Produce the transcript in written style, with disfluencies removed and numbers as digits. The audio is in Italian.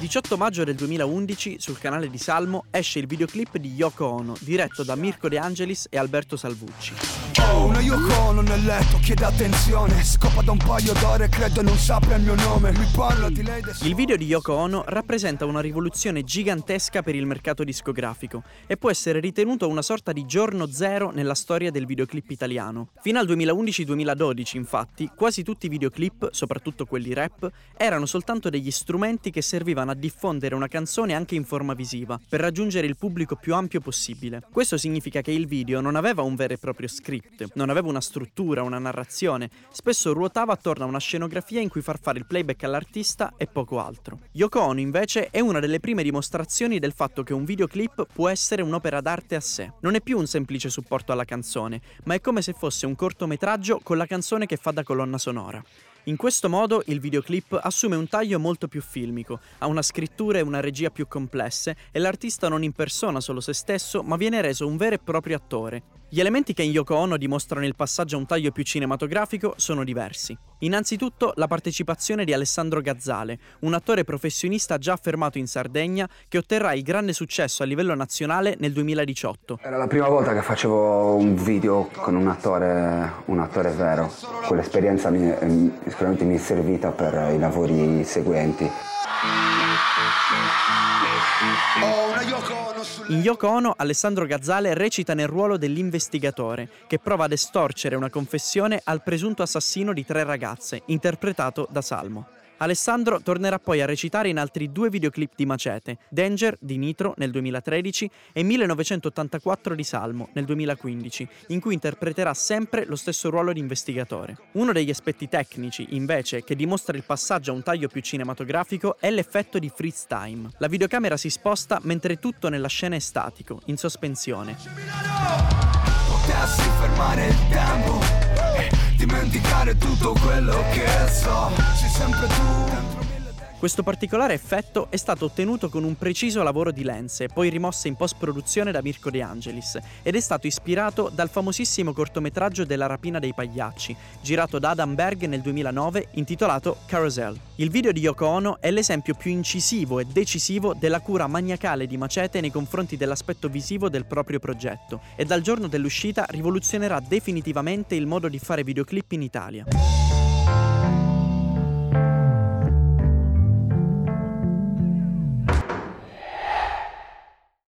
18 maggio del 2011 sul canale di Salmo esce il videoclip di Yoko Ono, diretto da Mirko De Angelis e Alberto Salvucci. Oh, una Yoko Ono nel letto, chiede attenzione, scopa da un paio d'ore, credo non sappia il mio nome, mi parla di lei. Il video di Yoko Ono rappresenta una rivoluzione gigantesca per il mercato discografico e può essere ritenuto una sorta di giorno zero nella storia del videoclip italiano. Fino al 2011-2012, infatti, quasi tutti i videoclip, soprattutto quelli rap, erano soltanto degli strumenti che servivano a diffondere una canzone anche in forma visiva, per raggiungere il pubblico più ampio possibile. Questo significa che il video non aveva un vero e proprio script, non aveva una struttura, una narrazione, spesso ruotava attorno a una scenografia in cui far fare il playback all'artista e poco altro. Yoko Ono invece è una delle prime dimostrazioni del fatto che un videoclip può essere un'opera d'arte a sé. Non è più un semplice supporto alla canzone, ma è come se fosse un cortometraggio con la canzone che fa da colonna sonora. In questo modo il videoclip assume un taglio molto più filmico, ha una scrittura e una regia più complesse e l'artista non impersona solo se stesso, ma viene reso un vero e proprio attore. Gli elementi che in Yoko Ono dimostrano il passaggio a un taglio più cinematografico sono diversi. Innanzitutto la partecipazione di Alessandro Gazzale, un attore professionista già affermato in Sardegna che otterrà il grande successo a livello nazionale nel 2018. Era la prima volta che facevo un video con un attore vero. Quell'esperienza sicuramente mi è servita per i lavori seguenti. In Yoko Ono, Alessandro Gazzale recita nel ruolo dell'investigatore, che prova ad estorcere una confessione al presunto assassino di 3 ragazze, interpretato da Salmo. Alessandro tornerà poi a recitare in altri 2 videoclip di Macete, Danger di Nitro nel 2013 e 1984 di Salmo nel 2015, in cui interpreterà sempre lo stesso ruolo di investigatore. Uno degli aspetti tecnici, invece, che dimostra il passaggio a un taglio più cinematografico è l'effetto di freeze time. La videocamera si sposta mentre tutto nella scena è statico, in sospensione. Potessi fermare il tempo e dimenticare tutto quello che so. Sei sempre tu dentro. Questo particolare effetto è stato ottenuto con un preciso lavoro di lenze, poi rimosse in post-produzione da Mirko De Angelis, ed è stato ispirato dal famosissimo cortometraggio della rapina dei pagliacci, girato da Adam Berg nel 2009, intitolato Carousel. Il video di Yoko Ono è l'esempio più incisivo e decisivo della cura maniacale di Macete nei confronti dell'aspetto visivo del proprio progetto, e dal giorno dell'uscita rivoluzionerà definitivamente il modo di fare videoclip in Italia.